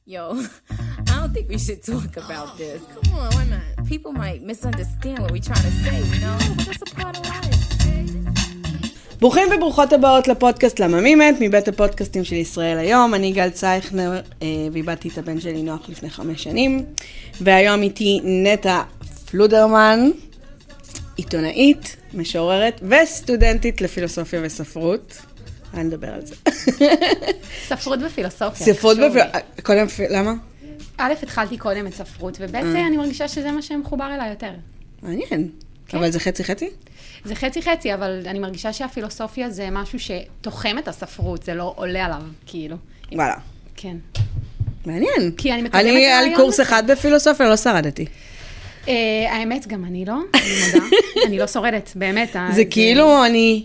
Yo, I don't think we should talk about this. Come on, why not? People might misunderstand what we're trying to say, you know? But that's a part of life. ברוכים וברוכות הבאות לפודקאסט למה מי מת, מבית הפודקאסטים של ישראל היום. אני גל צייכנר, ואיבדתי את הבן שלי נוח לפני 5 שנים. והיום איתי נטע פלודרמן, עיתונאית, משוררת וסטודנטית לפילוסופיה וספרות. אני נדבר על זה. ספרות ופילוסופיה. ספרות ופילוסופיה. קודם, למה? א', התחלתי קודם את ספרות, וב', אני מרגישה שזה מה שמחובר אליי יותר. מעניין. אבל זה חצי-חצי? זה חצי-חצי, אבל אני מרגישה שהפילוסופיה זה משהו שתוחם את הספרות, זה לא עולה עליו, כאילו. וואלה. כן. מעניין. כי אני מקדמת אני על קורס אחד בפילוסופיה לא שרדתי. האמת, גם אני לא, אני מודה. אני לא שורדת, באמת. זה כאילו אני...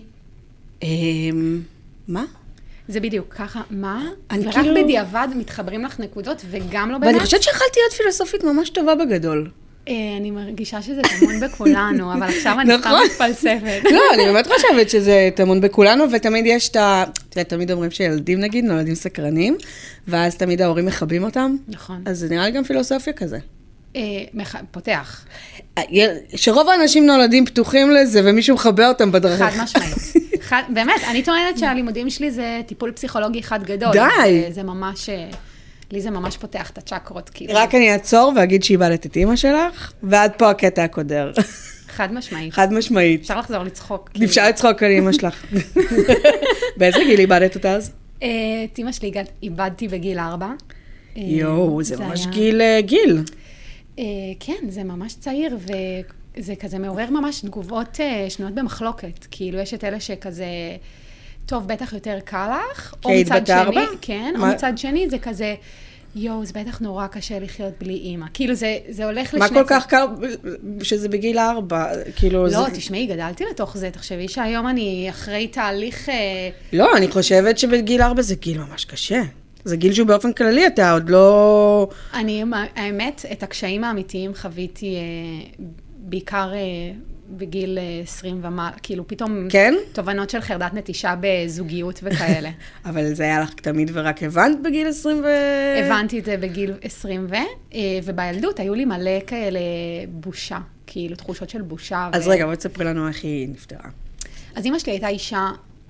מה? זה בדיוק, ככה, מה? ורק כאילו... בדיעבד מתחברים לך נקודות, וגם לא באמת. ואני חושבת שיכלתי להיות פילוסופית ממש טובה בגדול. אני מרגישה שזה טמון בכולנו, אבל עכשיו אני סתם מתפלספת. לא, אני באמת חושבת שזה טמון בכולנו, ותמיד יש את ה... תמיד אומרים שילדים נגיד, נולדים סקרנים, ואז תמיד ההורים מחבים אותם. נכון. אז זה נראה לי גם פילוסופיה כזה. פותח. שרוב האנשים נולדים פתוחים לזה, ומישהו מחבא אותם בדרכים. חד משמעית. באמת, אני טוענת שהלימודים שלי זה טיפול פסיכולוגי אחד גדול. די. זה ממש... לי זה ממש פותח את הצ'קרות, כאילו. רק אני אעצור ואגיד שאיבדת את אמא שלך, ועד פה הקטע הקודר. חד משמעית. חד משמעית. אפשר לחזור לצחוק. אפשר לצחוק על אמא שלך. באיזה גיל איבדת אותה אז? את אמא שלי איבדתי בגיל 4. יואו, זה ממש גיל. כן, זה ממש צעיר, וזה כזה מעורר ממש תגובות שנויות במחלוקת. כאילו, יש את אלה שכזה... טוב, בטח יותר קל לך, או מצד שני, כן, או מצד שני זה כזה, יואו, זה בטח נורא קשה לחיות בלי אימא. כאילו, זה הולך לשני... מה כל כך קל שזה בגיל 4? כאילו... לא, תשמעי, גדלתי לתוך זה, תחשבי שהיום אני אחרי תהליך... לא, אני חושבת שבגיל 4 זה גיל ממש קשה. זה גיל שהוא באופן כללי, אתה עוד לא... האמת, את הקשיים האמיתיים חוויתי בעיקר... בגיל 20 ומעלה, כאילו פתאום כן? תובנות של חרדת נטישה בזוגיות וכאלה. אבל זה היה לך תמיד ורק הבנת בגיל 20 הבנתי את זה בגיל 20 ובילדות היו לי מלא כאלה בושה, כאילו תחושות של בושה. אז רגע, בוא תספרי לנו איך היא נפטרה. אז אמא שלי הייתה אישה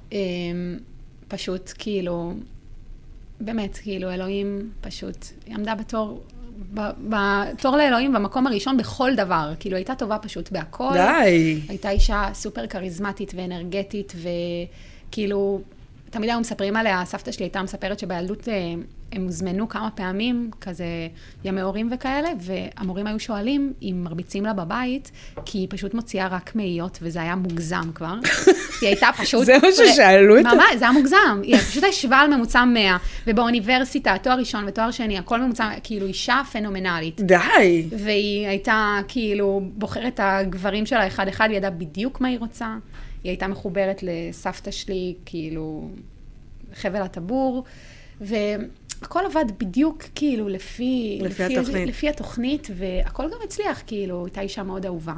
פשוט כאילו, באמת, כאילו אלוהים פשוט, היא עמדה בתור לאלוהים במקום הראשון בכל דבר. כאילו, הייתה טובה פשוט בהכל. די. הייתה אישה סופר כריזמטית ואנרגטית, וכאילו, תמיד היו מספרים עליה, הסבתא שלי הייתה מספרת שבילדות הם הוזמנו כמה פעמים, כזה ימי הורים וכאלה, והמורים היו שואלים אם מרביצים לה בבית, כי היא פשוט מוציאה רק מאיות, וזה היה מוגזם כבר. היא הייתה פשוט... זה מה ששאלו את זה? ממש, זה היה מוגזם. היא פשוט ישבה על ממוצע 100, ובאוניברסיטה, תואר ראשון ותואר שני, הכל ממוצע, כאילו אישה פנומנלית. די. והיא הייתה כאילו בוחרת הגברים שלה אחד-אחד, היא ידעה בדיוק מה היא רוצה. היא הייתה מחוברת לסבתא שלי, כאילו, חבל הטבור, והכל עבד בדיוק כאילו לפי התוכנית, והכל גם הצליח, כאילו, הייתה אישה מאוד אהובה.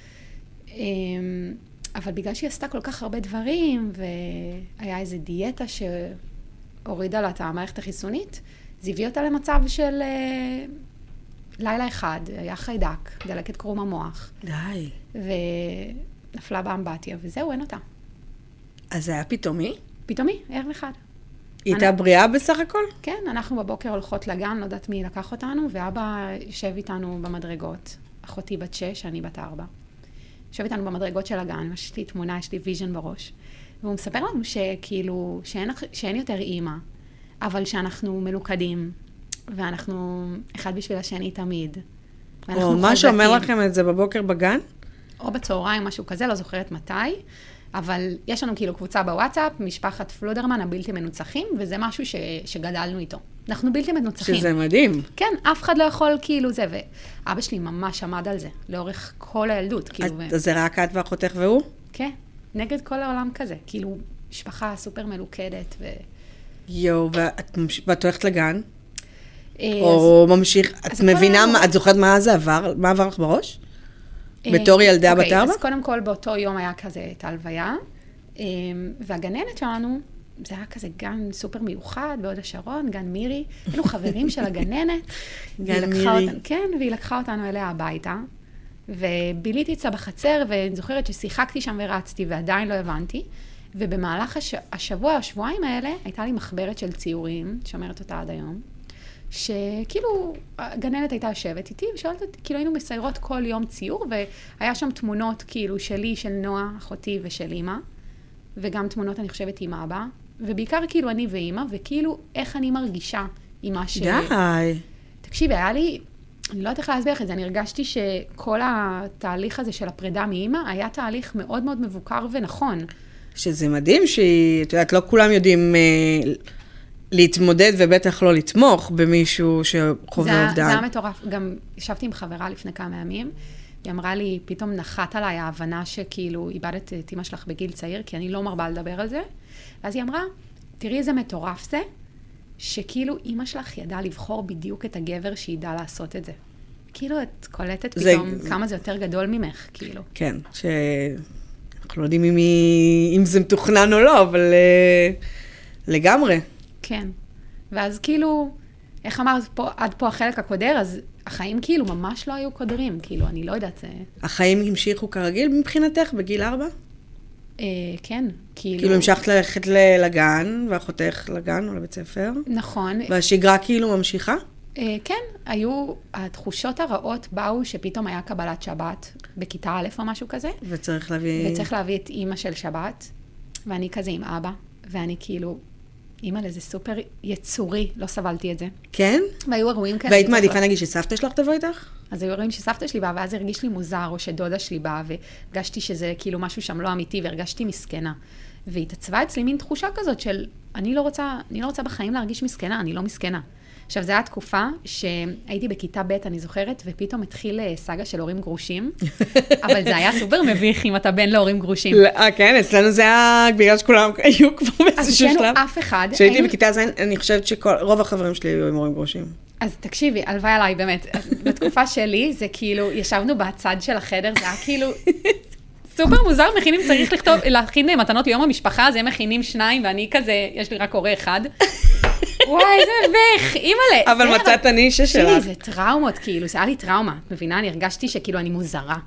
אבל בגלל שהיא עשתה כל כך הרבה דברים, והיה איזו דיאטה שהורידה לה את המערכת החיסונית, זה הביא אותה למצב של לילה אחד, היה חיידק, דלקת קרום המוח. די. ונפלה באמבטיה, וזהו, אין אותה. אז זה היה פתאומי? פתאומי, ערב אחד. היא הייתה בריאה בסך הכל? כן, אנחנו בבוקר הולכות לגן, לא יודעת מי לקח אותנו, ואבא יושב איתנו במדרגות. אחותי בת 6, אני בת 4. יושב איתנו במדרגות של הגן, יש לי תמונה, יש לי ויז'ן בראש. והוא מספר לנו שכאילו, שאין יותר אימא, אבל שאנחנו מלוכדים, ואנחנו אחד בשביל השני תמיד. או מה שאומר לכם את זה בבוקר בגן? או בצהריים, משהו כזה, לא זוכרת מתי. אבל יש לנו כאילו קבוצה בוואטסאפ, משפחת פלודרמן, הבלתי מנוצחים, וזה משהו שגדלנו איתו. אנחנו בלתי מנוצחים. שזה מדהים. כן, אף אחד לא יכול כאילו זה, ואבא שלי ממש עמד על זה, לאורך כל הילדות. אז זה רק את ואחותך והוא? כן, נגד כל העולם כזה. כאילו, משפחה סופר מלוכדת. יואו, ואת הולכת לגן? או ממשיך, את מבינה, את זוכרת מה זה עבר? מה עבר לך בראש? בתור ילדה בת 4? אז קודם כל באותו יום היה כזה את ההלוויה, והגננת שלנו זה היה כזה גן סופר מיוחד, בהוד השרון, גן מירי. היינו חברים של הגננת. גן מירי. כן, והיא לקחה אותנו אליה הביתה. וביליתי אצלה בחצר, ואני זוכרת ששיחקתי שם ורצתי, ועדיין לא הבנתי. ובמהלך השבוע, השבועיים האלה, הייתה לי מחברת של ציורים, שומרת אותה עד היום, שכאילו, הגננת הייתה יושבת איתי, ושואלת אותי, כאילו היינו מסיירות כל יום ציור, והיה שם תמונות כאילו שלי, של נועה, אחותי ושל אמא, וגם תמונות, אני חושבת, עם אבא, ובעיקר כאילו אני ואמא, וכאילו איך אני מרגישה עם מה ש... די. תקשיבי, היה לי... אני לא יודעת איך להסביר את זה, אני הרגשתי שכל התהליך הזה של הפרידה מאמא, היה תהליך מאוד מאוד מבוקר ונכון. שזה מדהים שהיא, את יודעת, לא כולם יודעים להתמודד ובטח לא לתמוך במישהו שחווה אובדן. זה היה מטורף. גם ישבתי עם חברה לפני כמה ימים, היא אמרה לי, פתאום נחת עליי ההבנה שכאילו איבדת את אמא שלך בגיל צעיר, כי אני לא מרבה לדבר על זה. ואז היא אמרה, תראי איזה מטורף זה, שכאילו אמא שלך ידעה לבחור בדיוק את הגבר שידע לעשות את זה. כאילו את קולטת פתאום כמה זה יותר גדול ממך, כאילו. כן, שאנחנו לא יודעים אם זה מתוכנן או לא, אבל לגמרי. כן. ואז כאילו, איך אמרת עד פה החלק הקודר, אז החיים כאילו ממש לא היו קודרים, כאילו, אני לא יודעת. החיים המשיכו כרגיל מבחינתך בגיל 4? כן, כאילו... כאילו המשכת ללכת לגן, ואחותך לגן או לבית ספר? נכון. והשגרה כאילו ממשיכה? כן, היו, התחושות הרעות באו שפתאום היה קבלת שבת, בכיתה א' או משהו כזה. וצריך להביא את אמא של שבת, ואני כזה עם אבא, ואני כאילו, אמא לזה סופר יצורי, לא סבלתי את זה. כן? והיו אירועים כאלה. והיית מעדיפה נגיד שסבתא שלך תבוא איתך? אז היו אירועים שסבתא שלי באה, ואז הרגיש לי מוזר, או שדודה שלי באה, והרגשתי שזה כאילו משהו שם לא אמיתי, והרגשתי מסכנה. והתעצבה אצלי מין תחושה כזאת של, אני לא רוצה בחיים להרגיש מסכנה, אני לא מסכנה. עכשיו, זו הייתה תקופה שהייתי בכיתה ב', אני זוכרת, ופתאום התחיל סאגה של הורים גרושים, אבל זה היה סופר מביך אם אתה בן להורים גרושים. כן, אצלנו זה היה, בגלל שכולם היו כבר באיזשהו שלב. אז אצלנו אף אחד. כשהייתי בכיתה ז', אני חושבת שרוב החברים שלי היו עם הורים גרושים. אז תקשיבי, הלוואי עליי, באמת. בתקופה שלי, זה כאילו, ישבנו בצד של החדר, זה היה כאילו... סופר מוזר, מכינים, צריך להכין מתנות ליום המשפחה, אז הם מכינים 2, ואני כזה, יש לי רק הורה אחד. וואי, זה מביך, אימא'לה. אבל מצאת הנישה שלך. שלי, זה טראומות, כאילו, זה היה לי טראומה. את מבינה? אני הרגשתי שכאילו אני מוזרה.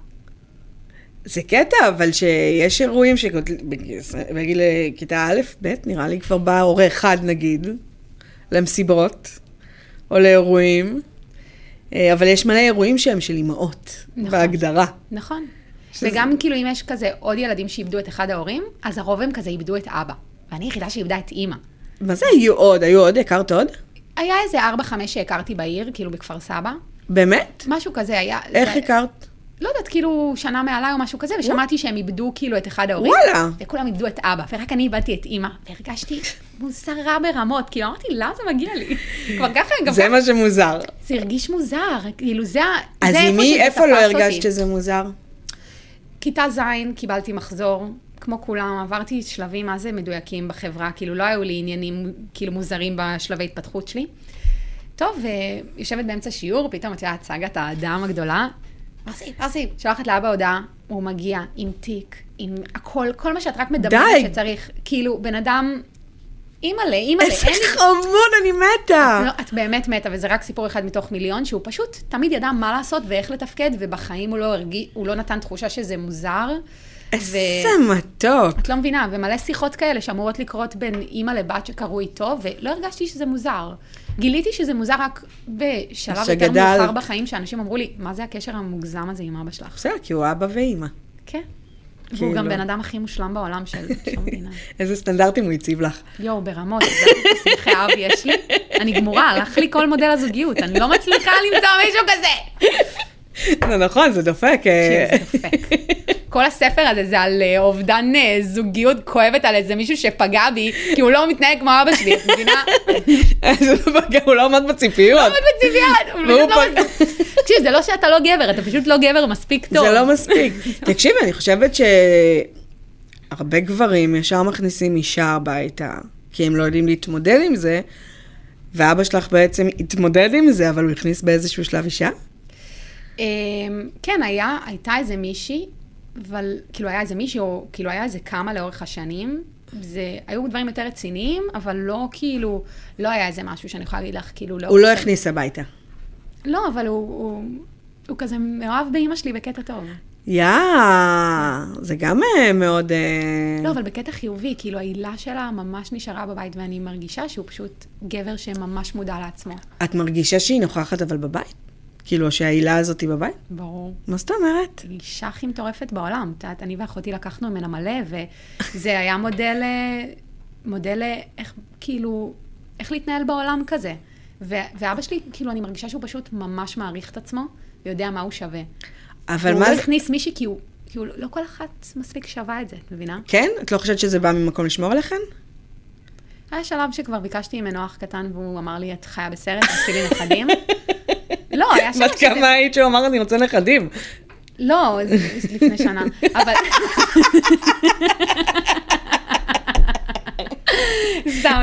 זה קטע, אבל שיש אירועים בגיל כיתה א', ב', נראה לי כבר בא הורה אחד, נגיד, למסיבות, או לאירועים, אבל יש מלא אירועים שהם של אמהות, בהגדרה. נכון. וגם כאילו אם יש כזה עוד ילדים שאיבדו את אחד ההורים, אז הרוב הם כזה איבדו את אבא. ואני היחידה שאיבדה את אמא. מה זה היו עוד? היו עוד? הכרת עוד? היה איזה 4-5 שהכרתי בעיר, כאילו בכפר סבא. באמת? משהו כזה היה. איך הכרת? לא יודעת, כאילו שנה מעליי או משהו כזה, ושמעתי שהם איבדו כאילו את אחד ההורים. וואלה. וכולם איבדו את אבא, ורק אני איבדתי את אמא, והרגשתי מוזרה ברמות, כאילו אמרתי, למה זה מגיע לי? כבר ככה, גם זה מה שמוזר. זה הרגיש מוזר, כאילו זה אז איפה לא הרגשת שזה מוזר? כיתה ז' קיבלתי מחזור, כמו כולם, עברתי שלבים מה זה מדויקים בחברה, כאילו לא היו לי עניינים כאילו מוזרים בשלבי התפתחות שלי. טוב, יושבת באמצע שיעור, פתאום את יודעת, סאגת האדם הגדולה, פרסי, שולחת לאבא הודעה, הוא מגיע עם תיק, עם הכל, כל מה שאת רק מדברת שצריך, כאילו בן אדם, אימא'לה, איזה חמוד, אני מתה. את באמת מתה, וזה רק סיפור אחד מתוך מיליון, שהוא פשוט תמיד ידע מה לעשות ואיך לתפקד, ובחיים הוא לא נתן תחושה שזה מוזר. איזה מתוק. את לא מבינה, ומלא שיחות כאלה שאמורות לקרות בין אימא לבת שקראו איתו, ולא הרגשתי שזה מוזר. גיליתי שזה מוזר רק בשלב יותר מאוחר בחיים, שאנשים אמרו לי, מה זה הקשר המוגזם הזה עם אבא שלך? בסדר, כי הוא אבא ואימא. כן. והוא גם בן אדם הכי מושלם בעולם של מדינה. איזה סטנדרטים הוא הציב לך. יואו, ברמות, זה שמחי אב יש לי. אני גמורה, הלך לי כל מודל הזוגיות, אני לא מצליחה למצוא מישהו כזה. זה נכון, זה דופק. זה דופק. כל הספר הזה זה על אובדן זוגיות כואבת על איזה מישהו שפגע בי, כי הוא לא מתנהג כמו אבא שלי, את מבינה? הוא לא עומד בציפיות. לא עומד בציפיות. תקשיב, זה לא שאתה לא גבר, אתה פשוט לא גבר מספיק טוב. זה לא מספיק. תקשיב, אני חושבת שהרבה גברים ישר מכניסים אישה הביתה, כי הם לא יודעים להתמודד עם זה, ואבא שלך בעצם התמודד עם זה, אבל הוא הכניס באיזשהו שלב אישה? כן, הייתה איזה מישהי, אבל כאילו היה איזה מישהו, כאילו היה איזה כמה לאורך השנים, היו דברים יותר רציניים, אבל לא כאילו, לא היה איזה משהו שאני יכולה להגיד לך, כאילו לא... הוא לא הכניס הביתה. לא, אבל הוא כזה מאוהב באמא שלי בקטע טוב. זה גם מאוד... לא, אבל בקטע חיובי, כאילו העילה שלה ממש נשארה בבית, ואני מרגישה שהוא פשוט גבר שממש מודע לעצמו. את מרגישה שהיא נוכחת אבל בבית? כאילו שהעילה הזאת היא בבית? ברור. מה זאת אומרת? היא אישה הכי מטורפת בעולם. את יודעת, אני ואחותי לקחנו ממנה מלא, וזה היה מודל איך, כאילו, איך להתנהל בעולם כזה. ואבא שלי, כאילו, אני מרגישה שהוא פשוט ממש מעריך את עצמו, ויודע מה הוא שווה. אבל הוא מה לא זה... הכניס מישהי, כי הוא לא כל אחת מספיק שווה את זה, את מבינה? כן? את לא חושבת שזה בא ממקום לשמור עליכם? היה שלב שכבר ביקשתי ממנו אח קטן, והוא אמר לי, את חיה בסרט, עשי לי נכדים. לא, היה שלב בת כמה היית שהוא אמר, אני רוצה נכדים? לא, לפני שנה. אבל... סתם.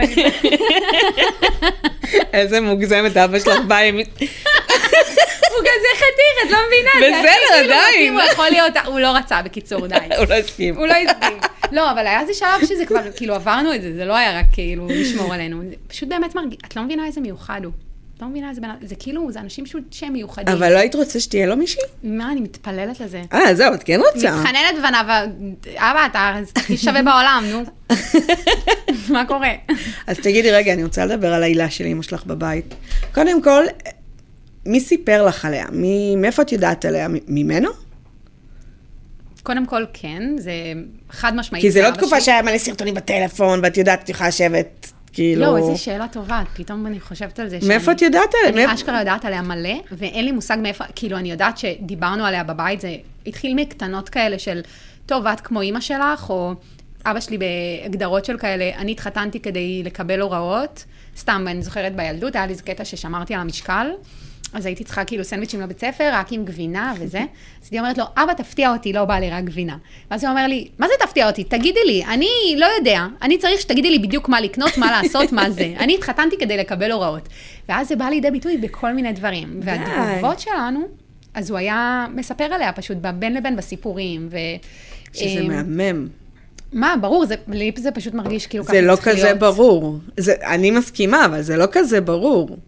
איזה מוגזמת, אבא שלך בא עם... הוא כזה חתיך, את לא מבינה. בסדר, עדיין. הוא יכול להיות, הוא לא רצה, בקיצור, די. הוא לא הסכים. הוא לא הסכים. לא, אבל היה איזה שלב שזה כבר, כאילו עברנו את זה, זה לא היה רק כאילו לשמור עלינו. פשוט באמת מרגיש, את לא מבינה איזה מיוחד הוא. את לא מבינה איזה בן... זה כאילו, זה אנשים שהם מיוחדים. אבל לא היית רוצה שתהיה לו מישהי? מה, אני מתפללת לזה. זהו, את כן רוצה. מתחננת בנה, אבא, אתה הכי שווה בעולם, נו. מה קורה? אז תגידי, רגע, אני רוצה לדבר על העילה של אמא שלך בבית. קודם כל, מי סיפר לך עליה? מאיפה את יודעת עליה? ממנו? קודם כל, כן, זה חד משמעית. כי זה לא תקופה שהיה מלא סרטונים בטלפון, ואת יודעת, את יכולה לשבת, כאילו... לא, איזו שאלה טובה, פתאום אני חושבת על זה. מאיפה את יודעת עליה? אני אשכרה יודעת עליה מלא, ואין לי מושג מאיפה, כאילו, אני יודעת שדיברנו עליה בבית, זה התחיל מקטנות כאלה של, טוב, את כמו אמא שלך, או אבא שלי בהגדרות של כאלה, אני התחתנתי כדי לקבל הוראות, סתם, אני זוכרת בילדות, היה לי זה קטע ששמרתי על המשקל, אז הייתי צריכה כאילו סנדוויצ'ים לבית ספר, רק עם גבינה וזה. אז הייתי אומרת לו, אבא, תפתיע אותי, לא בא לי רק גבינה. ואז הוא אומר לי, מה זה תפתיע אותי? תגידי לי, אני לא יודע. אני צריך שתגידי לי בדיוק מה לקנות, מה לעשות, מה זה. אני התחתנתי כדי לקבל הוראות. ואז זה בא לידי ביטוי בכל מיני דברים. והתגובות שלנו, אז הוא היה מספר עליה פשוט בין לבין בסיפורים. שזה מהמם. מה, ברור, לי זה פשוט מרגיש כאילו... זה לא כזה ברור. אני מסכימה, אבל זה לא כזה ברור.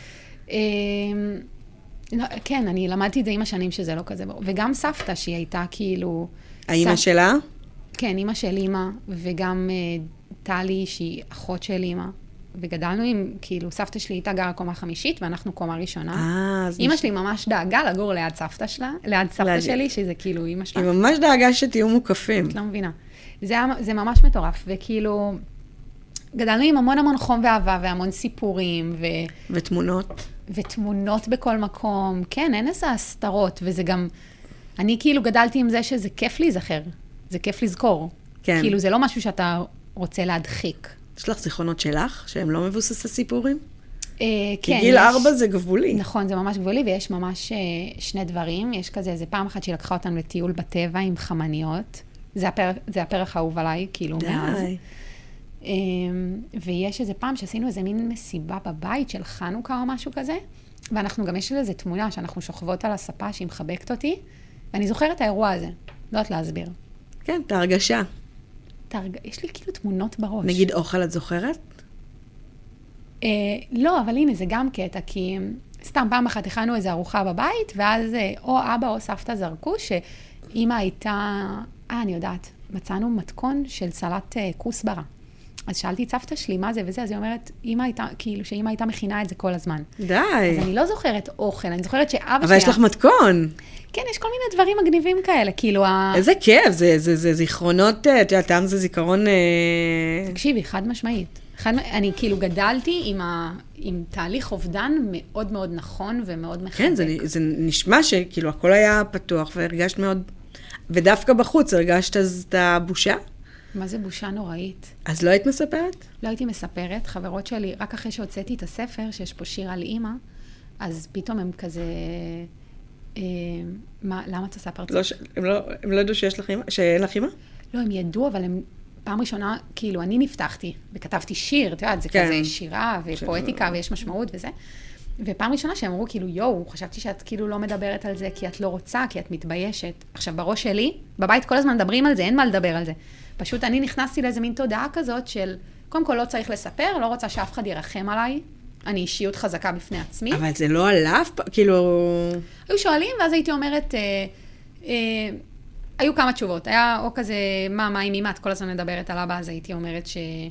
כן, אני למדתי את זה עם השנים שזה לא כזה ברור. וגם סבתא שהיא הייתה כאילו... האמא שלה? כן, אמא של אמא, וגם טלי שהיא אחות של אמא. וגדלנו עם, כאילו, סבתא שלי הייתה גרה קומה חמישית, ואנחנו קומה ראשונה. אמא שלי ממש דאגה לגור ליד סבתא שלה, ליד סבתא שלי, שזה כאילו אמא שלה. היא ממש דאגה שתהיו מוקפים. את לא מבינה. זה ממש מטורף, וכאילו... גדלנו עם המון המון חום ואהבה, והמון סיפורים, ותמונות. ותמונות בכל מקום. כן, אין איזה הסתרות, וזה גם... אני כאילו גדלתי עם זה שזה כיף להיזכר. זה כיף לזכור. כן. כאילו, זה לא משהו שאתה רוצה להדחיק. יש לך זיכרונות שלך, שהם לא מבוסס הסיפורים? כן. כי גיל 4 זה גבולי. נכון, זה ממש גבולי, ויש ממש שני דברים. יש כזה, איזה פעם אחת שהיא לקחה אותנו לטיול בטבע עם חמניות. זה הפרח האהוב עליי, כאילו, מאז. ויש איזה פעם שעשינו איזה מין מסיבה בבית של חנוכה או משהו כזה, ואנחנו גם יש איזו תמונה שאנחנו שוכבות על הספה שהיא מחבקת אותי, ואני זוכרת את האירוע הזה, לא יודעת להסביר. כן, את ההרגשה. יש לי כאילו תמונות בראש. נגיד אוכל, את זוכרת? לא, אבל הנה, זה גם קטע, כי סתם פעם אחת הכנו איזו ארוחה בבית, ואז או אבא או סבתא זרקו, שאמא הייתה, אני יודעת, מצאנו מתכון של סלט כוסברה. אז שאלתי את סבתא שלי, מה זה וזה, אז היא אומרת, אמא הייתה, כאילו, שאמא הייתה מכינה את זה כל הזמן. די. אז אני לא זוכרת אוכל, אני זוכרת שאבא שלי... אבל יש לך מתכון. כן, יש כל מיני דברים מגניבים כאלה, כאילו... איזה כיף, זה זיכרונות, את יודעת, זה זיכרון... תקשיבי, חד משמעית. אני כאילו גדלתי עם תהליך אובדן מאוד מאוד נכון ומאוד מחזק. כן, זה נשמע שכאילו הכל היה פתוח, והרגשת מאוד... ודווקא בחוץ הרגשת אז את הבושה? מה זה בושה נוראית? אז לא היית מספרת? לא הייתי מספרת. חברות שלי, רק אחרי שהוצאתי את הספר, שיש פה שיר על אימא, אז פתאום הם כזה... למה את ספרת? הם לא ידעו שאין לך אימא? לא, הם ידעו, אבל הם פעם ראשונה, כאילו, אני נפתחתי, וכתבתי שיר, אתה יודעת, זה כזה שירה ופואטיקה, ויש משמעות וזה. ופעם ראשונה שהם אמרו, כאילו, יואו, חשבתי שאת כאילו לא מדברת על זה, כי את לא רוצה, כי את מתביישת. עכשיו, בראש שלי, בבית כל הזמן מדברים על זה, אין מה לדבר על זה. פשוט אני נכנסתי לאיזה מין תודעה כזאת של, קודם כל לא צריך לספר, לא רוצה שאף אחד ירחם עליי, אני אישיות חזקה בפני עצמי. אבל זה לא עליו, כאילו... היו שואלים, ואז הייתי אומרת, היו כמה תשובות. היה או כזה, מה עם אמא, את כל הזמן מדברת על אבא, אז הייתי אומרת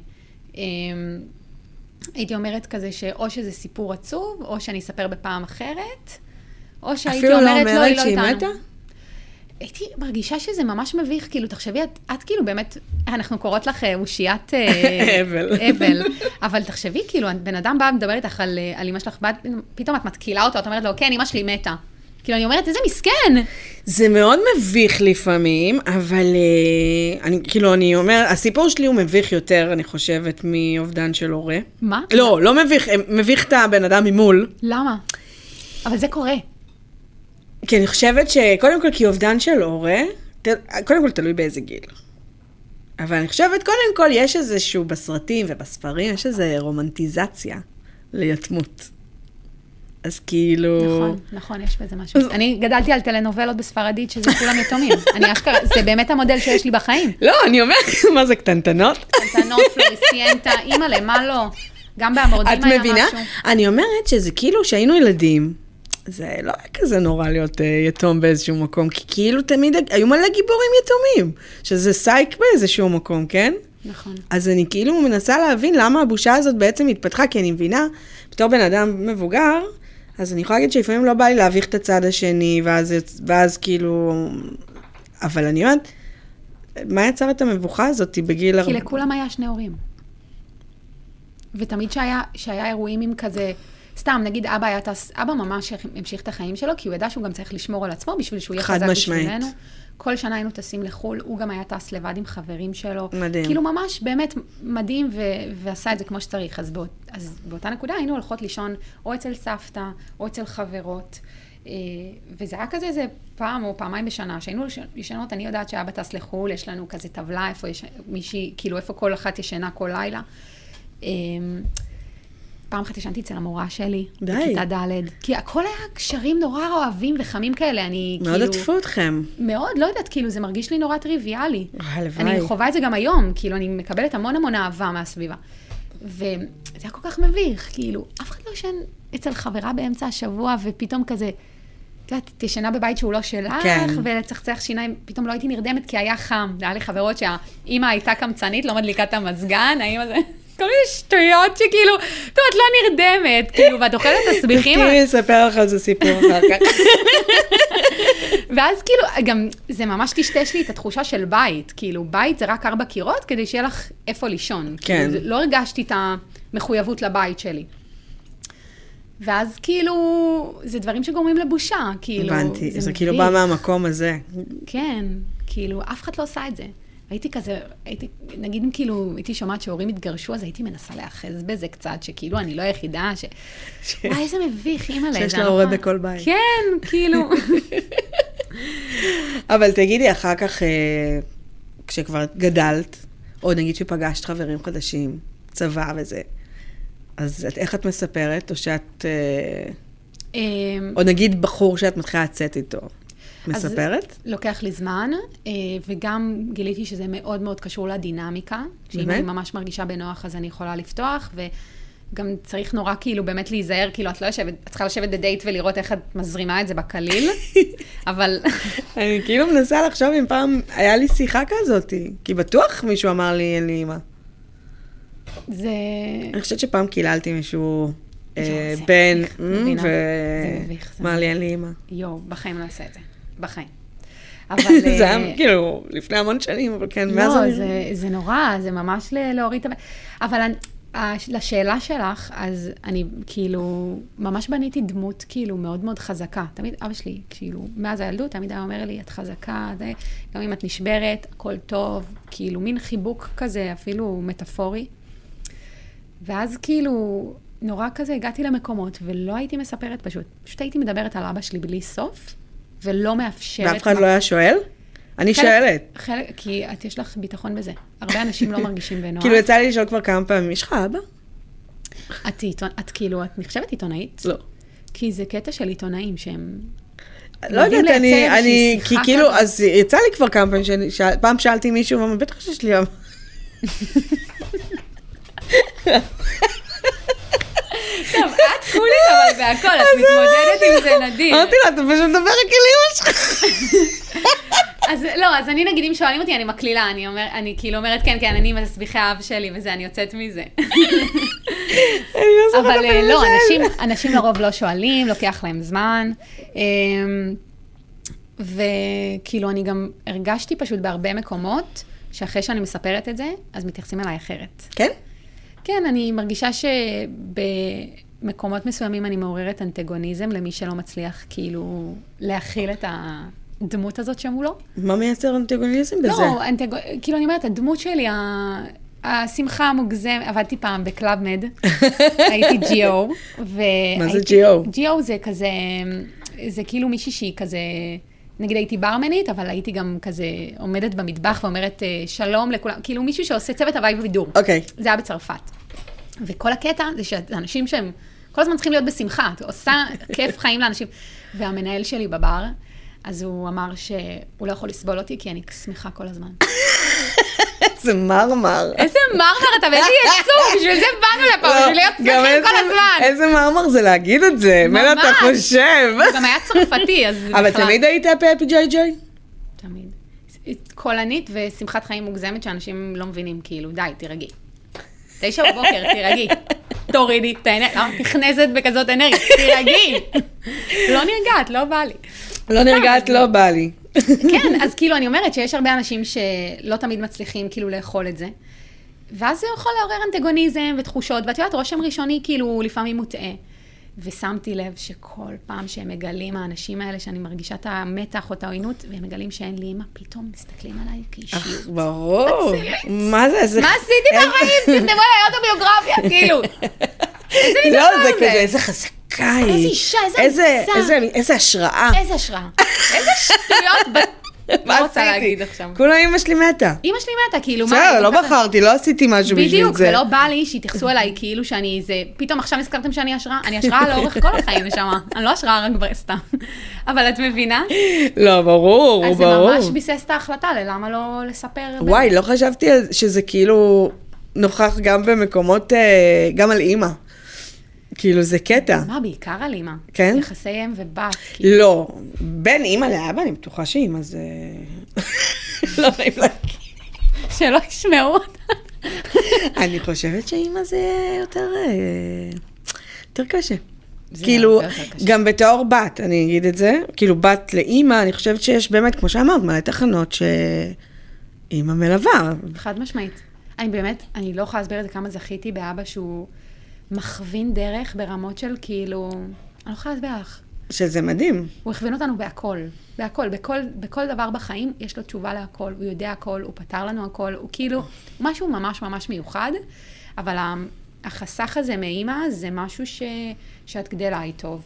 הייתי אומרת כזה שאו שזה סיפור עצוב, או שאני אספר בפעם אחרת, או שהייתי אומרת, לא, היא לא איתנו. שהיא מתה? הייתי מרגישה שזה ממש מביך, כאילו, תחשבי, את כאילו באמת, אנחנו קוראות לך אושיית אבל, אבל תחשבי, כאילו, בן אדם בא ומדבר איתך על אמא שלך, פתאום את מתקילה אותו, את אומרת לו, כן, אמא שלי מתה. כאילו, אני אומרת, איזה מסכן. זה מאוד מביך לפעמים, אבל אני אומר, הסיפור שלי הוא מביך יותר, אני חושבת, מאובדן של הורה. מה? לא מביך, מביך את הבן אדם ממול. למה? אבל זה קורה. כי אני חושבת שקודם כל, כי אובדן של הורה, קודם כל תלוי באיזה גיל. אבל אני חושבת, קודם כל, יש איזשהו בסרטים ובספרים, יש איזו רומנטיזציה ליתמות. אז כאילו... נכון, יש בזה משהו. אני גדלתי על טלנובלות בספרדית, שזה כולם יתומים. אני אשכרה, זה באמת המודל שיש לי בחיים. לא, אני אומרת, מה זה, קטנטנות? קטנטנות, פלוריסיינטה, אימא, למה לא? גם בהמורדים היה משהו. את מבינה? אני אומרת שזה כאילו שהיינו ילדים, זה לא היה כזה נורא להיות יתום באיזשהו מקום, כי כאילו תמיד היו מלא גיבורים יתומים, שזה סייק באיזשהו מקום, כן? נכון. אז אני כאילו מנסה להבין למה הבושה הזאת בעצם התפתחה, כי אני מבינה, בתור בן אדם מבוגר, אז אני יכולה להגיד שלפעמים לא בא לי להביך את הצד השני, ואז כאילו... אבל אני אומרת, מה יצר את המבוכה הזאת בגיל... כי לכולם היה שני הורים. ותמיד שהיה אירועים עם כזה... סתם, נגיד אבא ממש המשיך את החיים שלו, כי הוא ידע שהוא גם צריך לשמור על עצמו, בשביל שהוא יהיה חזק בשבילנו. כל שנה היינו טסים לחול, הוא גם היה טס לבד עם חברים שלו. מדהים. כאילו ממש באמת מדהים, ועשה את זה כמו שצריך. אז באותה נקודה היינו הולכות לישון, או אצל סבתא, או אצל חברות. וזה היה כזה איזה פעם או פעמיים בשנה, שהיינו ישנות, אני יודעת שאבא טס לחול, יש לנו כזה טבלה, איפה יש מישהי, כאילו איפה כל אחת ישנה כל לילה. פעם אחת ישנתי אצל המורה שלי, בכיתה ד', כי הכל היה קשרים נורא אוהבים וחמים כאלה, אני מאוד כאילו... עטפו אתכם. מאוד, לא יודעת, כאילו זה מרגיש לי נורא טריוויאלי. הלוואי. אני חווה את זה גם היום, כאילו אני מקבלת המון אהבה מהסביבה. וזה היה כל כך מביך, כאילו, אף אחד לא ישן אצל חברה באמצע השבוע, ופתאום כזה, את יודעת, תשנה בבית שהוא לא שלך, כן. ולצחצח שיניים, פתאום לא הייתי נרדמת, כי היה חם. היה לי חברות שהאמא הייתה קמצנית, לא מדליקה את המזגן, האמא זה... כל מיני שטויות שכאילו, טוב, את לא נרדמת, כאילו, ואת אוכלת תסביכים. תראי, אספר לך על זה סיפור אחר כך. ואז כאילו, גם זה ממש תשתש לי את התחושה של בית, כאילו, בית זה רק 4 קירות, כדי שיהיה לך איפה לישון. כן. כאילו, לא הרגשתי את המחויבות לבית שלי. ואז כאילו, זה דברים שגורמים לבושה, כאילו. הבנתי, זה כאילו בא מהמקום הזה. כן, כאילו, אף אחד לא עושה את זה. הייתי כזה, נגיד אם כאילו הייתי שומעת שהורים התגרשו, אז הייתי מנסה להאחז בזה קצת, שכאילו אני לא היחידה, וואי, איזה מביך, אימא לזה. שיש לה הורה בכל בית. כן, כאילו. אבל תגידי, אחר כך, כשכבר גדלת, או נגיד שפגשת חברים חדשים, צבא וזה, אז איך את מספרת, או שאת, או נגיד בחור שאת מתחילה לצאת איתו? מספרת? אז לוקח לי זמן, וגם גיליתי שזה מאוד מאוד קשור לדינמיקה, שאם אני ממש מרגישה בנוח, אז אני יכולה לפתוח, וגם צריך נורא כאילו באמת להיזהר, כאילו את לא יושבת, את צריכה לשבת בדייט ולראות איך את מזרימה את זה בקליל, אבל... אני כאילו מנסה לחשוב אם פעם היה לי שיחה כזאת, כי בטוח מישהו אמר לי, אין לי אמא. זה... אני חושבת שפעם קיללתי מישהו... בן, ואמר לי, אין לי אמא. יו, בחיים לא אעשה את זה. בחיים. זה היה כאילו לפני המון שנים, אבל כן, מאז אני... לא, זה נורא, זה ממש להוריד את... אבל לשאלה שלך, אז אני כאילו, ממש בניתי דמות כאילו מאוד מאוד חזקה. תמיד אבא שלי, כאילו, מאז הילדות, תמיד היה אומר לי, את חזקה, גם אם את נשברת, הכל טוב, כאילו, מין חיבוק כזה, אפילו מטאפורי. ואז כאילו... נורא כזה הגעתי למקומות, ולא הייתי מספרת פשוט הייתי מדברת על אבא שלי בלי סוף, ולא מאפשרת... ואף אחד לא היה שואל? אני שואלת. כי יש לך ביטחון בזה. הרבה אנשים לא מרגישים בנוח. כאילו יצא לי לשאול כבר כמה פעמים, יש לך אבא? את כאילו, את נחשבת עיתונאית? לא. כי זה קטע של עיתונאים שהם... לא יודעת, אני, כי כאילו, אז יצא לי כבר כמה פעמים, פעם שאלתי מישהו, ואומר, בטח שיש לי יום. טוב, את חולית אבל בהכל, את מתמודדת עם זה נדיר. אמרתי לה, אתה פשוט מדבר רק על אמא שלך. אז לא, אז אני נגיד, אם שואלים אותי, אני מקלילה, אני כאילו אומרת, כן, אני מסביכי האב שלי, וזה, אני יוצאת מזה. אבל לא, אנשים לרוב לא שואלים, לוקח להם זמן, וכאילו אני גם הרגשתי פשוט בהרבה מקומות, שאחרי שאני מספרת את זה, אז מתייחסים אליי אחרת. כן? כן, אני מרגישה שבמקומות מסוימים אני מעוררת אנטגוניזם למי שלא מצליח כאילו להכיל את הדמות הזאת שמולו. מה מייצר אנטגוניזם בזה? לא, כאילו אני אומרת, הדמות שלי, השמחה המוגזם, עבדתי פעם בקלאב מד, הייתי ג'יו. מה זה ג'יו? ג'יו זה כזה, זה כאילו מישהי שהיא כזה, נגיד הייתי ברמנית, אבל הייתי גם כזה עומדת במטבח ואומרת שלום לכולם, כאילו מישהו שעושה צוות הוואי בבידור. אוקיי. זה היה בצרפת. וכל הקטע זה שאנשים שהם כל הזמן צריכים להיות בשמחה, עושה כיף חיים לאנשים. והמנהל שלי בבר, אז הוא אמר שהוא לא יכול לסבול אותי, כי אני שמחה כל הזמן. איזה מרמר. איזה מרמר, אתה באיזה יצור, בשביל זה באנו לפה, בשביל להיות שמחים כל הזמן. איזה מרמר זה להגיד את זה, מה אתה חושב? הוא גם היה צרפתי, אז בכלל. אבל תמיד היית הפי ג'וי ג'וי? תמיד. קולנית ושמחת חיים מוגזמת שאנשים לא מבינים, כאילו, די, תירגעי. 9 בבוקר, תירגעי. תורידי את האנרגיה, תכנסת בכזאת אנרגיה, תירגעי. לא נרגעת, לא בא לי. לא נרגעת, לא בא לי. כן, אז כאילו אני אומרת שיש הרבה אנשים שלא תמיד מצליחים כאילו לאכול את זה. ואז זה יכול לעורר אנטגוניזם ותחושות, ואת יודעת, רושם ראשוני כאילו לפעמים מוטעה. ושמתי לב שכל פעם שהם מגלים, האנשים האלה שאני מרגישה את המתח או את העוינות, והם מגלים שאין לי אמא, פתאום מסתכלים עליי כאישיות. ברור. מה זה? מה עשיתי בחיים? תכתבו עליי אוטוביוגרפיה, כאילו. איזה מין דבר זה? לא, זה כזה, איזה חזקה היא. איזה אישה, איזה אמצע. איזה השראה. איזה השראה. איזה שטויות. מה רוצה להגיד עכשיו? כולה אמא שלי מתה. אמא שלי מתה, כאילו מה? בסדר, לא בחרתי, לא עשיתי משהו בשביל זה. בדיוק, ולא בא לי שיתייחסו אליי כאילו שאני איזה, פתאום עכשיו הזכרתם שאני השראה, אני השראה לאורך כל החיים לשמה, אני לא השראה רק ברסטה. אבל את מבינה? לא, ברור, אז ברור. זה ממש ביסס את ההחלטה, למה לא לספר? וואי, לא חשבתי על שזה כאילו נוכח גם במקומות, גם על אמא. כאילו זה קטע. מה, בעיקר על אמא? כן? יחסי אם ובת. לא, בין אמא לאבא, אני בטוחה שאמא זה... לא נעים להגיד. שלא ישמעו אותה. אני חושבת שאמא זה יותר קשה. כאילו, גם בתור בת, אני אגיד את זה, כאילו בת לאמא, אני חושבת שיש באמת, כמו שאמרת, מלא תחנות שאמא מלווה. חד משמעית. אני באמת, אני לא יכולה להסביר את זה כמה זכיתי באבא שהוא מכווין דרך ברמות של כאילו, אני לא יכולה להסביר לך. שזה מדהים. הוא הכווין אותנו בהכל, בהכל, בכל דבר בחיים יש לו תשובה להכל, הוא יודע הכל, הוא פתר לנו הכל, הוא כאילו משהו ממש ממש מיוחד, אבל החסך הזה מאמא זה משהו שאת גדלה איתו,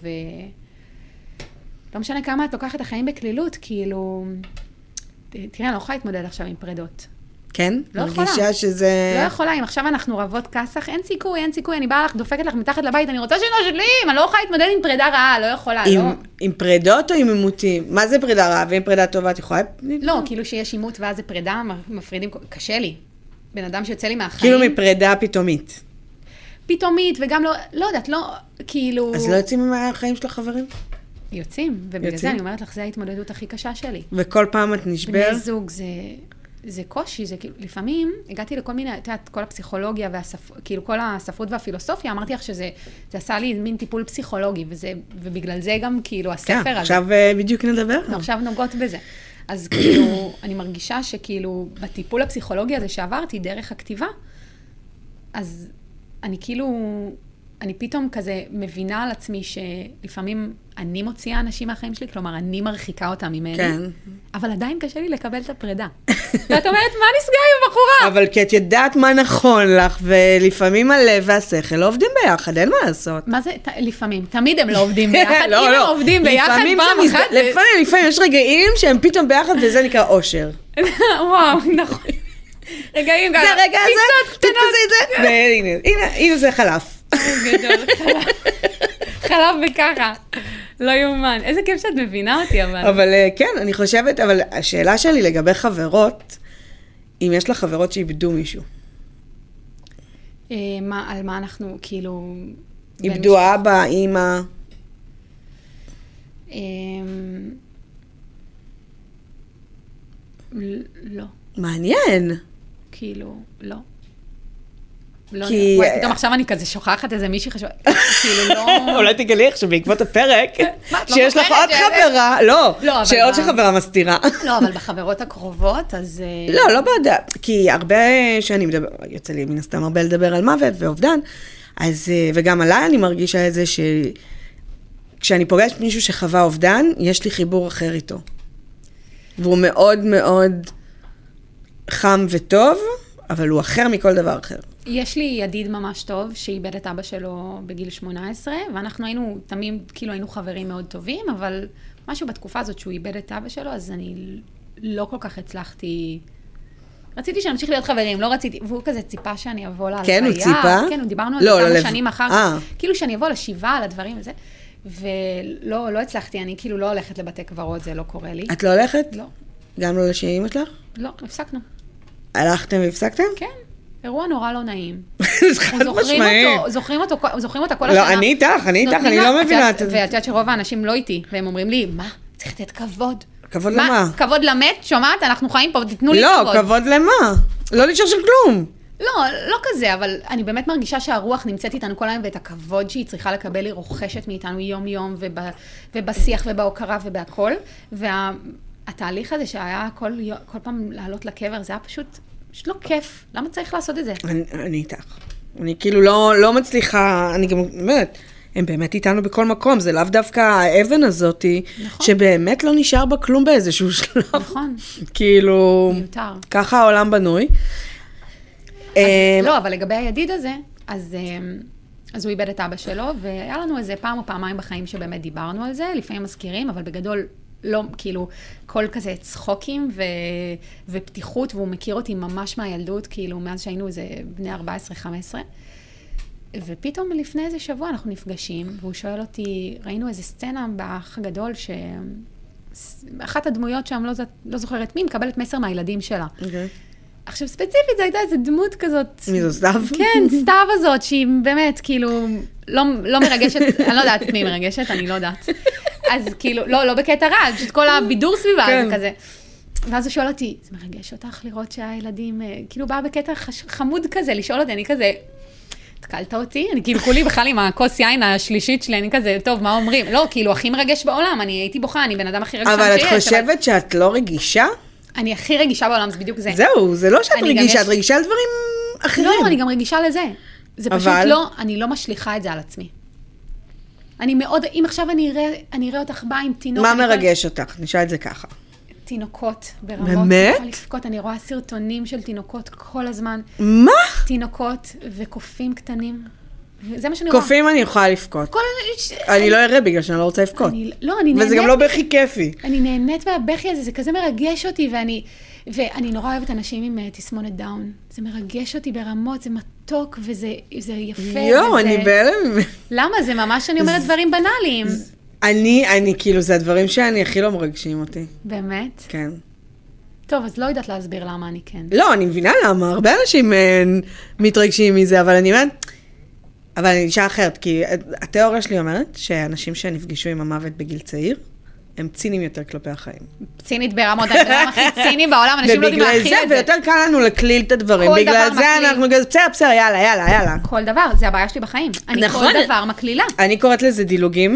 ולא משנה כמה את לוקחת את החיים בכלילות, כאילו, תראה, אני לא יכולה להתמודד עכשיו עם פרדות. כן? לא מרגישה שזה... לא יכולה, אם עכשיו אנחנו רבות כסח, אין סיכוי, אני באה לך, דופקת לך מתחת לבית, אני רוצה שנושלים, אני לא יכולה להתמודד עם פרידה רעה, לא יכולה, לא. עם פרידות או עם עימותים? מה זה פרידה רעה? ואם פרידה טובה, את יכולה... לא, כאילו שיש עימות ואז זה פרידה, מפרידים, קשה לי. בן אדם שיוצא לי מהחיים. כאילו מפרידה פתאומית. פתאומית, וגם לא יודעת, לא, כאילו... אז לא יוצאים מהחיים של החברים? יוצאים, ובגלל זה אני אומרת לך, זה ההתמודדות הכי קשה שלי. וכל פעם את נשבר? בני זוג זה קושי, זה כאילו, לפעמים הגעתי לכל מיני, את יודעת, כל הפסיכולוגיה כאילו כל הספרות והפילוסופיה, אמרתי לך שזה עשה לי מין טיפול פסיכולוגי, ובגלל זה גם כאילו הספר הזה. עכשיו בדיוק נדבר. עכשיו נוגעות בזה. אז כאילו, אני מרגישה שכאילו, בטיפול הפסיכולוגי הזה שעברתי דרך הכתיבה, אז אני כאילו, אני פתאום כזה מבינה על עצמי שלפעמים אני מוציאה אנשים מהחיים שלי, כלומר, אני מרחיקה אותם ממני. כן. אבל עדיין קשה לי לקבל את הפרידה. ואת אומרת, מה נסגר עם בחורה? אבל כי את יודעת מה נכון לך, ולפעמים הלב והשכל לא עובדים ביחד, אין מה לעשות. מה זה לפעמים? תמיד הם לא עובדים ביחד. אם הם עובדים ביחד, פעם אחת... לפעמים יש רגעים שהם פתאום ביחד, וזה נקרא אושר. וואו, נכון. רגעים גם... זה הרגע הזה, תתפסי את זה, והנה זה חלף. גדול, חלף וככה. לא יאומן. איזה כיף שאת מבינה אותי, אבל... אבל כן, אני חושבת, אבל השאלה שלי לגבי חברות, אם יש לך חברות שאיבדו מישהו. על מה אנחנו, כאילו... איבדו אבא, אמא. לא. מעניין. כאילו, לא. כי... פתאום עכשיו אני כזה שוכחת איזה מישהי חשוב, כאילו לא... אולי תגלי עכשיו בעקבות הפרק, שיש לך עוד חברה, לא, שעוד שחברה מסתירה. לא, אבל בחברות הקרובות, אז... לא בדע, כי הרבה שאני מדבר, יוצא לי מן הסתם הרבה לדבר על מוות ואובדן, אז, וגם עליי אני מרגישה את זה כשאני פוגשת מישהו שחווה אובדן, יש לי חיבור אחר איתו. והוא מאוד מאוד חם וטוב, אבל הוא אחר מכל דבר אחר. יש לי ידיד ממש טוב, שאיבד את אבא שלו בגיל 18, ואנחנו היינו תמיד, כאילו היינו חברים מאוד טובים, אבל משהו בתקופה הזאת שהוא איבד את אבא שלו, אז אני לא כל כך הצלחתי... רציתי שנמשיך להיות חברים, לא רציתי, והוא כזה ציפה שאני אבוא להלוויה. כן, הוא ציפה? כן, דיברנו על זה כמה שנים אחר כך. כאילו שאני אבוא לשבעה על הדברים וזה, ולא הצלחתי, אני כאילו לא הולכת לבתי קברות, זה לא קורה לי. את לא הולכת? לא. גם לא לשאימא שלך? לא, הפסקנו. הלכתם והפסקתם? כן. אירוע נורא לא נעים. זה חד משמעי. זוכרים אותה כל השנה. לא, אני איתך, אני לא מבינה את זה. ואת יודעת שרוב האנשים לא איתי, והם אומרים לי, מה? צריך לתת כבוד. כבוד למה? כבוד למת, שומעת? אנחנו חיים פה, תתנו לי כבוד. לא, כבוד למה? לא נשאר של כלום. לא כזה, אבל אני באמת מרגישה שהרוח נמצאת איתנו כל היום, ואת הכבוד שהיא צריכה לקבל, היא רוכשת מאיתנו יום-יום, ובשיח ובהוקרה ובהכל. והתהליך הזה שהיה כל פעם לעלות לקבר, זה היה פשוט לא כיף. למה צריך לעשות את זה? אני איתך. אני כאילו לא מצליחה, אני גם אומרת, הם באמת איתנו בכל מקום, זה לאו דווקא האבן הזאת, שבאמת לא נשאר בה כלום באיזשהו שלב. נכון. כאילו, מיותר. ככה העולם בנוי. לא, אבל לגבי הידיד הזה, אז הוא איבד את אבא שלו, והיה לנו איזה פעם או פעמיים בחיים שבאמת דיברנו על זה, לפעמים מזכירים, אבל בגדול לא, כאילו, כל כזה צחוקים ופתיחות, והוא מכיר אותי ממש מהילדות, כאילו, מאז שהיינו איזה בני 14-15, ופתאום לפני איזה שבוע אנחנו נפגשים, והוא שואל אותי, ראינו איזה סצנה באח הגדול, שאחת הדמויות שם, לא זוכרת מי, מקבלת מסר מהילדים שלה. אוקיי. עכשיו, ספציפית, זו הייתה איזו דמות כזאת. מי זו סתיו? כן, סתיו הזאת, שהיא באמת, כאילו, לא מרגשת, אני לא יודעת את מי מרגשת, אני לא יודעת. אז כאילו, לא בקטע רע, פשוט כל הבידור סביבה, זה כזה. ואז הוא שואל אותי, זה מרגש אותך לראות שהילדים, כאילו, באה בקטע חמוד כזה, לשאול אותי, אני כזה, תקלת אותי? אני כאילו, כולי בכלל עם הכוס יין השלישית שלי, אני כזה, טוב, מה אומרים? לא, כאילו, הכי מרגש בעולם, אני הייתי בוכה, אני בן אדם הכי רגישה שיש. אבל את חושבת שאת לא רגישה? אני הכי רגישה בעולם, זה בדיוק זה. זהו, זה לא שאת רגישה, את רגישה על דברים אחרים. לא, אני גם רגישה לזה. זה פשוט לא, אני לא משליחה את זה על עצמי. אני מאוד, אם עכשיו אני אראה אותך באה עם תינוק. מה מרגש אותך? נשאל את זה ככה. תינוקות ברמות. באמת? אני רואה סרטונים של תינוקות כל הזמן. מה? תינוקות וקופים קטנים. זה מה שאני רואה. קופים אני יכולה לפקות. אני לא אראה בגלל שאני לא רוצה לפקות. לא, אני נהנית. וזה גם לא בכי כיפי. אני נהנית מהבכי הזה, זה כזה מרגש אותי, ואני נורא אוהבת אנשים עם תסמונת דאון. זה מרגש אותי ברמות, זה מתוק, וזה יפה. יו, אני בהלם. למה? זה ממש, אני אומרת דברים בנאליים. אני כאילו, זה הדברים שאני הכי לא מרגשים אותי. באמת? כן. טוב, אז לא יודעת להסביר למה אני כן. לא, אני מבינה למה, הרבה אנשים מתרגשים מזה, אבל אני אומרת, אבל אני אישה אחרת, כי התיאוריה שלי אומרת שאנשים שנפגשו עם המוות בגיל צעיר, הם צינים יותר כלפי החיים. צינית ברמות, אני בן אחי ציני בעולם, אנשים לא יודעים להכיל את זה. ויותר קל לנו לקליל את הדברים, בגלל זה אנחנו בסדר, יאללה. כל דבר, זה הבעיה שלי בחיים. אני כל דבר מקלילה. אני קוראת לזה דילוגים.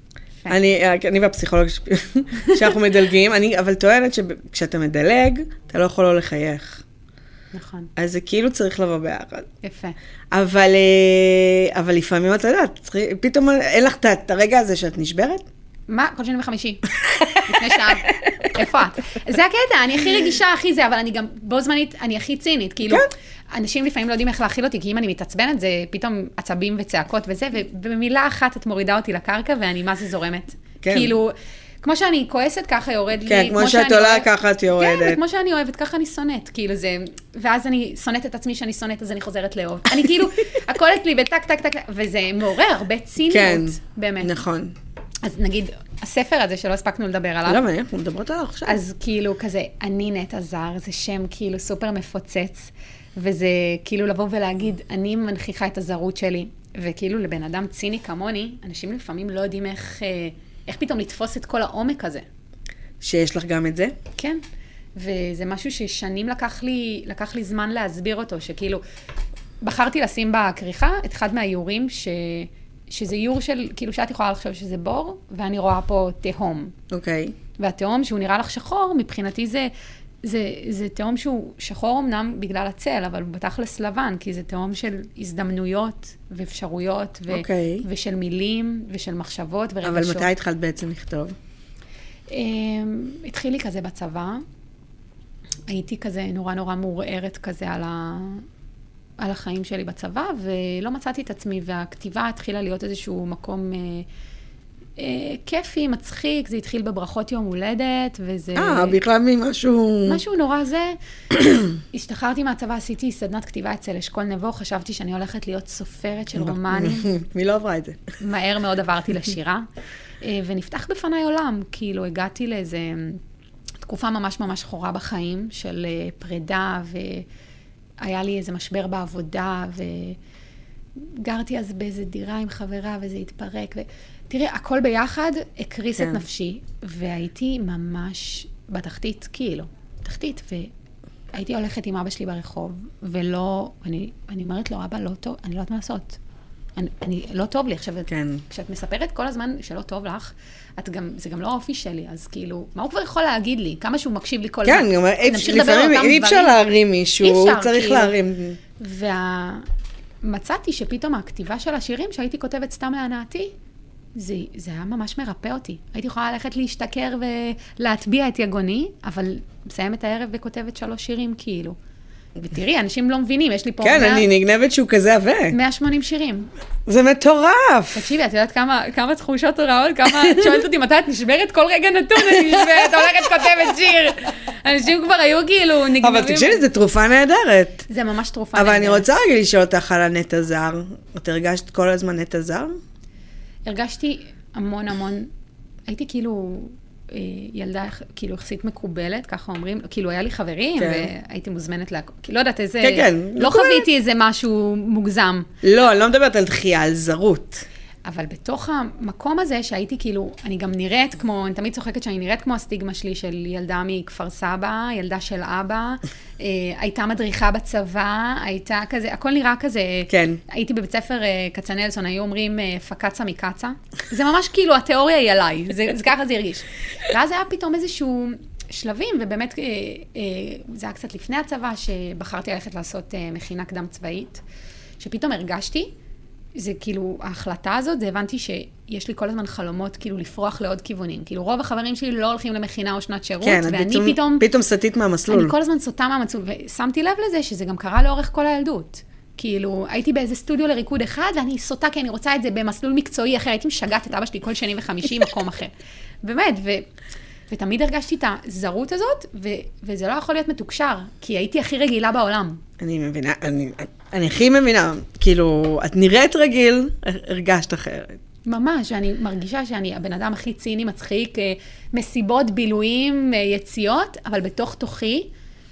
אני והפסיכולוג שאנחנו מדלגים, אבל טוענת שכשאתה מדלג, אתה לא יכול לא לחייך. נכון. אז זה כאילו צריך לבוא ביחד. יפה. אבל לפעמים אתה יודעת, פתאום אין לך את הרגע הזה שאת נשברת? מה? כל שני וחמישי. לפני שעה. איפה את? זה הקטע, אני הכי רגישה, הכי זה, אבל אני גם בו זמנית, אני הכי צינית. כאילו, אנשים לפעמים לא יודעים איך להכיל אותי, כי אם אני מתעצבנת, זה פתאום עצבים וצעקות וזה, ובמילה אחת את מורידה אותי לקרקע, ואני מה זה זורמת. כאילו, כמו שאני כועסת, ככה יורד לי. כן, כמו שאת עולה, ככה את יורדת. כן, וכמו שאני אוהבת, ככה אני שונאת. כאילו זה, ואז אני שונאת את עצמי שאני שונאת, אז אני חוזרת לאהוב. אני כאילו, הכל אצלי בטק, טק, טק, וזה מעורר הרבה ציניות, באמת. נכון. אז נגיד, הספר הזה שלא הספקנו לדבר עליו. לא, אבל אנחנו מדברות עליו עכשיו. אז כאילו כזה, אני נטע זר, זה שם כאילו סופר מפוצץ, וזה כאילו לבוא ולהגיד, אני מנכיחה את הזרות שלי, וכאילו לבן אדם ציני כמוני, אנשים לפעמים לא יודעים איך פתאום לתפוס את כל העומק הזה. שיש לך גם את זה? כן, וזה משהו ששנים לקח לי זמן להסביר אותו, שכאילו, בחרתי לשים בכריכה את אחד מהאיורים שזה איור של, כאילו שאת יכולה לחשוב שזה בור, ואני רואה פה תהום. אוקיי. והתהום שהוא נראה לך שחור, מבחינתי זה תהום שהוא שחור אמנם בגלל הצל, אבל בתכלס לבן, כי זה תהום של הזדמנויות ואפשרויות, ושל מילים ושל מחשבות ורגשות. אבל מתי התחלת בעצם לכתוב? התחיל לי כזה בצבא, הייתי כזה נורא נורא מעורערת כזה על החיים שלי בצבא, ולא מצאתי את עצמי, והכתיבה התחילה להיות איזשהו מקום כיפי, מצחיק, זה התחיל בברכות יום הולדת, וזה... בכלל ממשהו... משהו נורא זה. השתחררתי מהצבא, עשיתי סדנת כתיבה אצל אשכול נבו, חשבתי שאני הולכת להיות סופרת של רומנים. מי לא עברה את זה? מהר מאוד עברתי לשירה, ונפתח בפניי עולם, כאילו הגעתי לאיזו תקופה ממש ממש שחורה בחיים, של פרידה, והיה לי איזה משבר בעבודה, וגרתי אז באיזה דירה עם חברה, וזה התפרק, תראי, הכל ביחד הקריס את נפשי, והייתי ממש בתחתית, כאילו, תחתית, והייתי הולכת עם אבא שלי ברחוב, ולא, אני אומרת לו, אבא, לא טוב, אני לא יודעת מה לעשות. לא טוב לי. עכשיו, כשאת מספרת כל הזמן שלא טוב לך, זה גם לא האופי שלי, אז כאילו, מה הוא כבר יכול להגיד לי? כמה שהוא מקשיב לי כל הזמן. כן, לפעמים אי אפשר להרים מישהו, הוא צריך להרים. ומצאתי שפתאום הכתיבה של השירים שהייתי כותבת סתם להנאתי, זה היה ממש מרפא אותי. הייתי יכולה ללכת להשתכר ולהטביע את יגוני, אבל מסיים את הערב וכותבת 3 שירים כאילו. ותראי, אנשים לא מבינים, יש לי פה... כן, אני נגנבת שהוא כזה עבה. 180 שירים. זה מטורף. תקשיבי, את יודעת כמה תחושות רעות, כמה... את שואלת אותי, מתי את נשברת? כל רגע נתון אני נשברת, הולכת כותבת שיר. אנשים כבר היו כאילו נגנבים. אבל תקשיבי, זה תרופה נהדרת. זה ממש תרופה נהדרת. אבל אני רוצה רגע לשאול אותך על הנטע זר. את הרגשת כל הזמן נטע זר? הרגשתי המון, הייתי כאילו ילדה, כאילו יחסית מקובלת, ככה אומרים, כאילו היה לי חברים, והייתי מוזמנת כאילו לא יודעת איזה, לא חוויתי איזה משהו מוגזם. לא, אני לא מדברת על דחייה, על זרות. אבל בתוך המקום הזה שהייתי כאילו, אני גם נראית כמו, אני תמיד צוחקת שאני נראית כמו הסטיגמה שלי של ילדה מכפר סבא, ילדה של אבא, הייתה מדריכה בצבא, הייתה כזה, הכל נראה כזה, כן. הייתי בבית ספר כצנלסון, היו אומרים פקצה מקצה, זה ממש כאילו התיאוריה היא עליי, זה ככה זה הרגיש. ואז היה פתאום איזשהו שלבים, ובאמת זה היה קצת לפני הצבא, שבחרתי ללכת לעשות מכינה קדם צבאית, שפתאום הרגשתי, זה כאילו, ההחלטה הזאת, זה הבנתי שיש לי כל הזמן חלומות, כאילו, לפרוח לעוד כיוונים. כאילו, רוב החברים שלי לא הולכים למכינה או שנת שירות, כן, ואני פתאום סטית מהמסלול. אני כל הזמן סוטה מהמסלול, ושמתי לב לזה שזה גם קרה לאורך כל הילדות. כאילו, הייתי באיזה סטודיו לריקוד אחד, ואני סוטה כי אני רוצה את זה במסלול מקצועי אחר, הייתי משגעת את אבא שלי כל שני וחמישי מקום אחר. באמת, ותמיד הרגשתי את הזרות הזאת, וזה לא יכול להיות מתוקשר, כי הייתי הכי רגילה בעולם. אני מבינה, אני הכי מבינה, כאילו, את נראית רגיל, הרגשת אחרת. ממש, אני מרגישה שאני הבן אדם הכי ציני, מצחיק, מסיבות, בילויים, יציאות, אבל בתוך תוכי,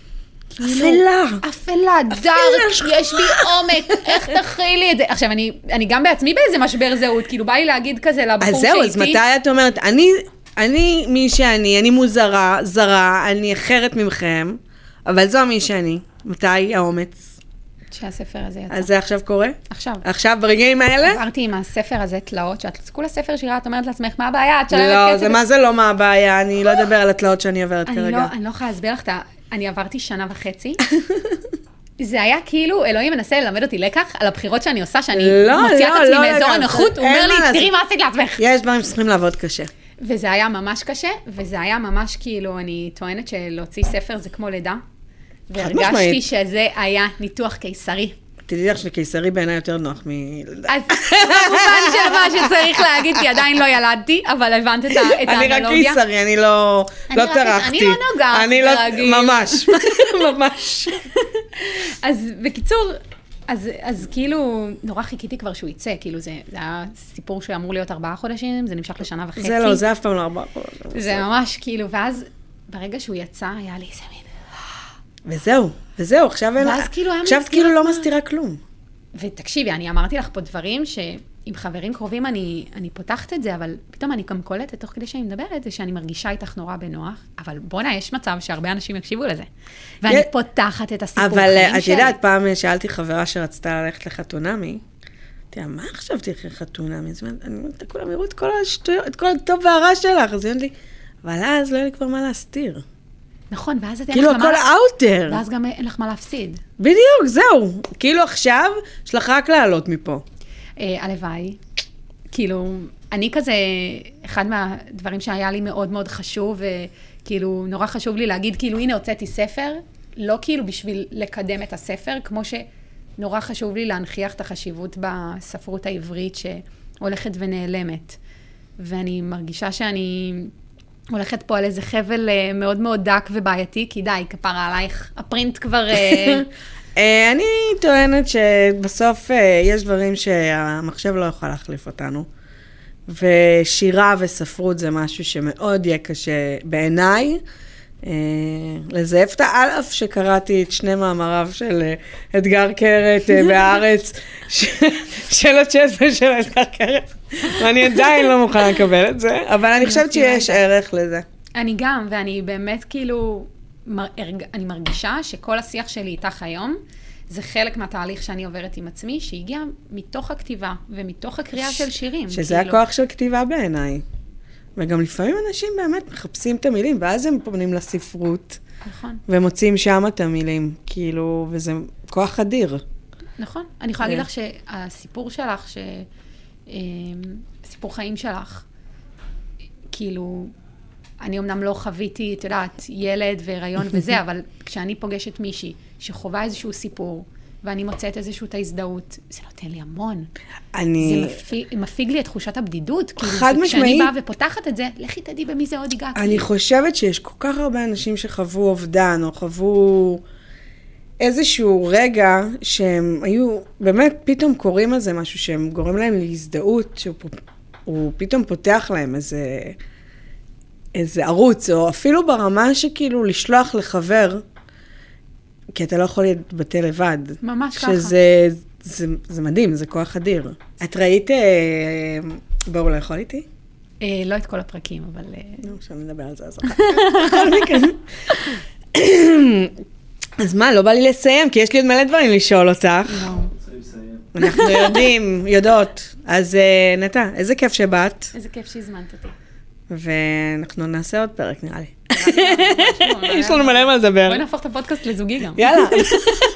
אפלה, דארק, יש בי עומק, איך תכי לי את זה? עכשיו, אני גם בעצמי באיזה משבר זהות, כאילו, בא לי להגיד כזה לבחור שהייתי. אז זהו, אז מתי את אומרת, אני מי שאני, אני מוזרה, זרה, אני אחרת ממכם, אבל זו מי שאני. מתי האומץ? שהספר הזה יצא. אז זה עכשיו קורה? עכשיו. עכשיו ברגעים האלה? עברתי עם הספר הזה תלאות, שאת כולה ספר שירה, את אומרת לעצמך, מה הבעיה? את שלמת לא, כסף. זה מה זה לא מה הבעיה, אני לא אדבר על התלאות שאני עוברת כרגע. אני לא יכולה להסביר לך, אני עברתי 1.5 שנה. זה היה כאילו, אלוהים מנסה ללמד אותי לקח על הבחירות שאני עושה, שאני מוציאה את עצמי מאזור הנוחות, הוא אומר לי, תראי מה עשית לעצמך. יש דברים שצריכים לעבוד קשה. וזה היה ממש קשה, וזה היה ממש כאילו, אני טוענת שלהוציא ספר זה כמו לידה, והרגשתי שזה היה ניתוח קיסרי. תדעי לך שקיסרי בעיניי יותר נוח מלידה. אז במובן של מה שצריך להגיד, כי עדיין לא ילדתי, אבל הבנת את האנלוגיה. אני רק קיסרי, אני לא טרחתי. אני לא נוגעת, ממש, ממש. אז בקיצור, אז כאילו, נורא חיכיתי כבר שהוא יצא, כאילו זה היה סיפור שאמור להיות 4 חודשים, זה נמשך ל1.5 שנה. זה לא, זה אף פעם לא 4 חודשים. זה ממש כאילו, ואז ברגע שהוא יצא, היה לי איזה מין... וזהו, עכשיו כאילו לא מסתירה כלום. ותקשיבי, אני אמרתי לך פה דברים שעם חברים קרובים אני פותחת את זה, אבל פתאום אני גם קולטת, תוך כדי שאני מדברת, זה שאני מרגישה איתך נורא בנוח, אבל בוא'נה, יש מצב שהרבה אנשים יקשיבו לזה. ואני פותחת את הסיפור חיים שלי. אבל את יודעת, פעם שאלתי חברה שרצתה ללכת לחתונמי, תראה, מה עכשיו תלכי לחתונמי? אני אומרת, כולם יראו את כל הטוב והרע שלך, אז היא אומרת לי, אבל אז לא היה לי כבר מה להסתיר. נכון, ואז אתה... כאילו הכל אאוטר. ואז גם אין לך מה להפסיד. בדיוק, זהו. כאילו עכשיו, יש לך רק לעלות מפה. הלוואי. כאילו, אני כזה, אחד מהדברים שהיה לי מאוד מאוד חשוב, וכאילו, נורא חשוב לי להגיד, כאילו, הנה, הוצאתי ספר, לא כאילו בשביל לקדם את הספר, כמו שנורא חשוב לי להנכיח את החשיבות בספרות העברית שהולכת ונעלמת. ואני מרגישה שאני... הולכת פה על איזה חבל מאוד מאוד דק ובעייתי, כי די, כפרה עלייך, הפרינט כבר... אני טוענת שבסוף יש דברים שהמחשב לא יכול להחליף אותנו, ושירה וספרות זה משהו שמאוד יהיה קשה בעיניי, לזהב את האלף שקראתי את 2 מאמריו של אתגר קרת בהארץ, של הצ'אט ושל אתגר קרת, ואני עדיין לא מוכנה לקבל את זה, אבל אני חושבת שיש ערך לזה. אני גם, ואני באמת כאילו, אני מרגישה שכל השיח שלי איתך היום, זה חלק מהתהליך שאני עוברת עם עצמי, שהגיע מתוך הכתיבה ומתוך הקריאה של שירים. שזה הכוח של כתיבה בעיניי. וגם לפעמים אנשים באמת מחפשים את המילים, ואז הם פונים לספרות. נכון. ומוצאים שם את המילים, כאילו, וזה כוח אדיר. נכון. אני יכולה להגיד לך שהסיפור שלך, סיפור חיים שלך, כאילו, אני אמנם לא חוויתי, את יודעת, ילד והיריון וזה, אבל כשאני פוגשת מישהי שחווה איזשהו סיפור, ואני מוצאת איזשהו את ההזדהות, זה נותן לי המון. זה מפיג לי את תחושת הבדידות. חד משמעית. כשאני באה ופותחת את זה, לכי תדעי במי זה עוד הגעתי. אני חושבת שיש כל כך הרבה אנשים שחוו אובדן, או חוו איזשהו רגע שהם היו, באמת פתאום קוראים על זה משהו שהם גורם להם להזדהות, שהוא פתאום פותח להם איזה ערוץ, או אפילו ברמה שכאילו לשלוח לחבר, כי אתה לא יכול להתבטא לבד. ממש ככה. זה מדהים, זה כוח אדיר. את ראית, בואו לא יכול איתי? לא את כל הפרקים, אבל... עכשיו נדבר על זה, אז אז מה, לא בא לי לסיים, כי יש לי עוד מלא דברים לשאול אותך. אנחנו יודעות. אז נטע, איזה כיף שבאת. איזה כיף שהזמנת אותי. ואנחנו נעשה עוד פרק, נראה לי. יש לנו מלא מה לדבר. בואי נהפוך את הפודקאסט לזוגי גם. יאללה.